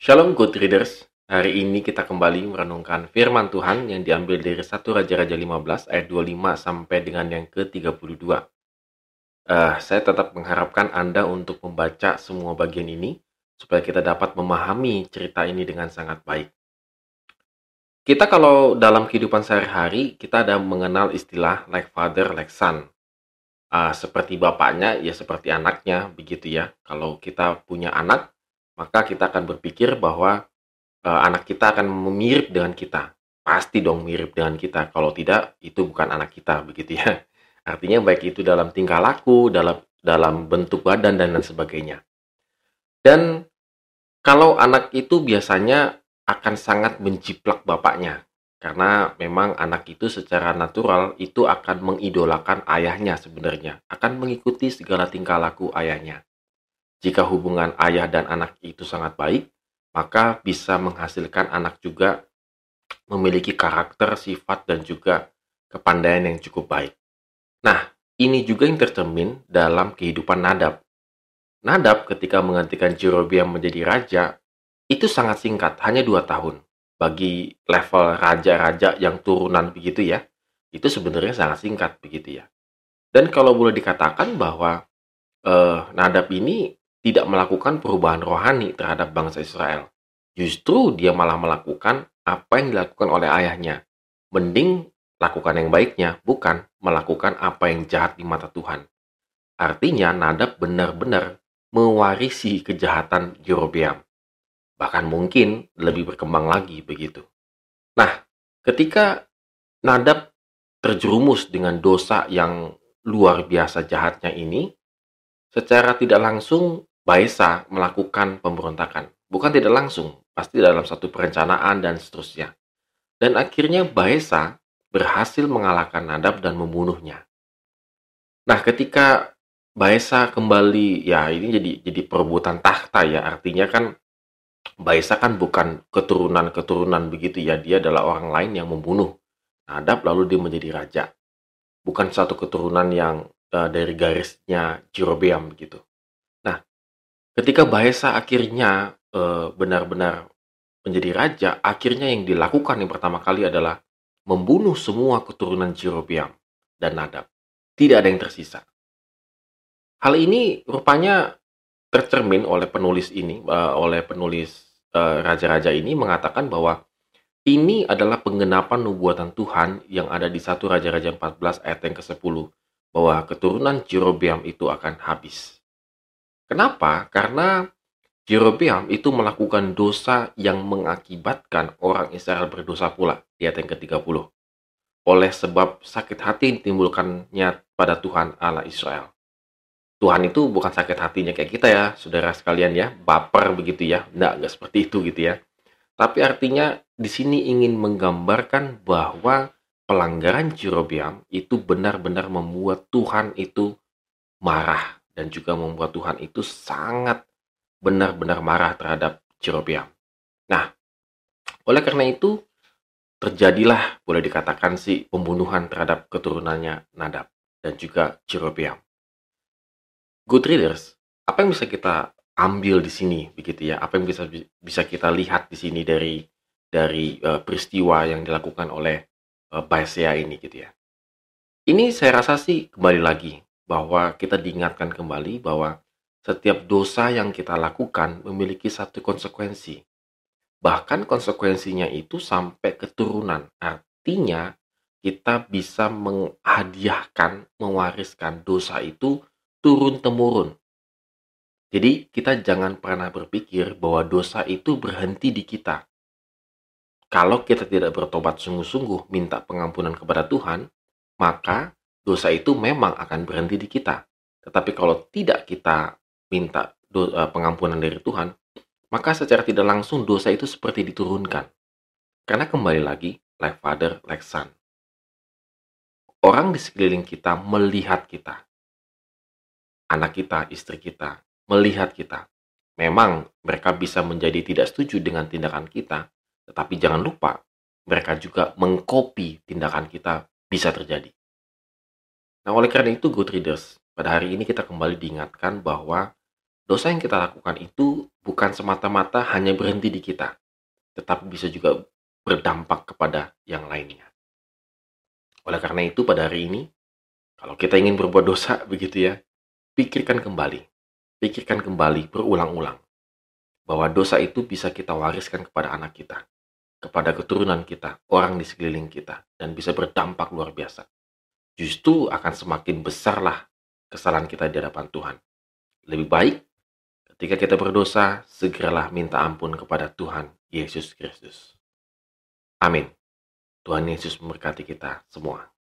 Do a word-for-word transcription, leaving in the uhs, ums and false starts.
Shalom Good Readers, hari ini kita kembali merenungkan firman Tuhan yang diambil dari satu Raja-Raja lima belas ayat dua puluh lima sampai dengan yang ke tiga puluh dua. Uh, saya tetap mengharapkan Anda untuk membaca semua bagian ini supaya kita dapat memahami cerita ini dengan sangat baik. Kita kalau dalam kehidupan sehari-hari, kita ada mengenal istilah like father, like son. Uh, seperti bapaknya, ya seperti anaknya, begitu ya. Kalau kita punya anak, maka kita akan berpikir bahwa uh, anak kita akan mirip dengan kita. Pasti dong mirip dengan kita. Kalau tidak, itu bukan anak kita, begitu ya. Artinya baik itu dalam tingkah laku, dalam dalam bentuk badan dan lain sebagainya. Dan kalau anak itu biasanya akan sangat menjiplak bapaknya. Karena memang anak itu secara natural itu akan mengidolakan ayahnya sebenarnya. Akan mengikuti segala tingkah laku ayahnya. Jika hubungan ayah dan anak itu sangat baik, maka bisa menghasilkan anak juga memiliki karakter, sifat, dan juga kepandaian yang cukup baik. Nah, ini juga yang tercermin dalam kehidupan Nadab. Nadab ketika menggantikan Jerobeam menjadi raja, itu sangat singkat, hanya dua tahun. Bagi level raja-raja yang turunan begitu ya, itu sebenarnya sangat singkat begitu ya. Dan kalau boleh dikatakan bahwa eh, Nadab ini tidak melakukan perubahan rohani terhadap bangsa Israel. Justru dia malah melakukan apa yang dilakukan oleh ayahnya. Mending lakukan yang baiknya, bukan melakukan apa yang jahat di mata Tuhan. Artinya Nadab benar-benar mewarisi kejahatan Jerobeam. Bahkan mungkin lebih berkembang lagi begitu. Nah, ketika Nadab terjerumus dengan dosa yang luar biasa jahatnya ini, secara tidak langsung Baesa melakukan pemberontakan. Bukan tidak langsung, pasti dalam satu perencanaan dan seterusnya. Dan akhirnya Baesa berhasil mengalahkan Nadab dan membunuhnya. Nah, ketika Baesa kembali, ya ini jadi jadi perebutan tahta ya. Artinya kan Baesa kan bukan keturunan-keturunan begitu ya. Dia adalah orang lain yang membunuh Nadab lalu dia menjadi raja. Bukan satu keturunan yang uh, dari garisnya Jerobeam begitu. Nah, ketika Baesa akhirnya uh, benar-benar menjadi raja, akhirnya yang dilakukan yang pertama kali adalah membunuh semua keturunan Jerobeam dan Nadab. Tidak ada yang tersisa. Hal ini rupanya tercermin oleh penulis ini, uh, oleh penulis uh, raja-raja ini mengatakan bahwa ini adalah penggenapan nubuatan Tuhan yang ada di satu Raja-Raja empat belas ayat yang kesepuluh, bahwa keturunan Jerobeam itu akan habis. Kenapa? Karena Jerobeam itu melakukan dosa yang mengakibatkan orang Israel berdosa pula, di ayat yang ke tiga puluh. Oleh sebab sakit hati yang ditimbulkannya pada Tuhan Allah Israel. Tuhan itu bukan sakit hatinya kayak kita ya, saudara sekalian ya, baper begitu ya. Nggak, nggak seperti itu gitu ya. Tapi artinya di sini ingin menggambarkan bahwa pelanggaran Jerobeam itu benar-benar membuat Tuhan itu marah dan juga membuat Tuhan itu sangat benar-benar marah terhadap Jerobeam. Nah, oleh karena itu terjadilah boleh dikatakan sih pembunuhan terhadap keturunannya Nadab dan juga Jerobeam. Good readers, apa yang bisa kita ambil di sini begitu ya? Apa yang bisa bisa kita lihat di sini dari dari uh, peristiwa yang dilakukan oleh uh, Baesa ini gitu ya? Ini saya rasa sih kembali lagi bahwa kita diingatkan kembali bahwa setiap dosa yang kita lakukan memiliki satu konsekuensi. Bahkan konsekuensinya itu sampai keturunan. Artinya kita bisa menghadiahkan, mewariskan dosa itu turun-temurun. Jadi kita jangan pernah berpikir bahwa dosa itu berhenti di kita. Kalau kita tidak bertobat sungguh-sungguh minta pengampunan kepada Tuhan, maka dosa itu memang akan berhenti di kita. Tetapi kalau tidak kita minta do- pengampunan dari Tuhan, maka secara tidak langsung dosa itu seperti diturunkan. Karena kembali lagi, like father, like son. Orang di sekeliling kita melihat kita. Anak kita, istri kita, melihat kita. Memang mereka bisa menjadi tidak setuju dengan tindakan kita, tetapi jangan lupa, mereka juga mengkopi tindakan kita bisa terjadi. Nah, oleh karena itu, good readers, pada hari ini kita kembali diingatkan bahwa dosa yang kita lakukan itu bukan semata-mata hanya berhenti di kita, tetapi bisa juga berdampak kepada yang lainnya. Oleh karena itu pada hari ini, kalau kita ingin berbuat dosa begitu ya, pikirkan kembali, pikirkan kembali berulang-ulang bahwa dosa itu bisa kita wariskan kepada anak kita, kepada keturunan kita, orang di sekeliling kita, dan bisa berdampak luar biasa. Justru akan semakin besarlah kesalahan kita di hadapan Tuhan. Lebih baik ketika kita berdosa, segeralah minta ampun kepada Tuhan Yesus Kristus. Amin. Tuhan Yesus memberkati kita semua.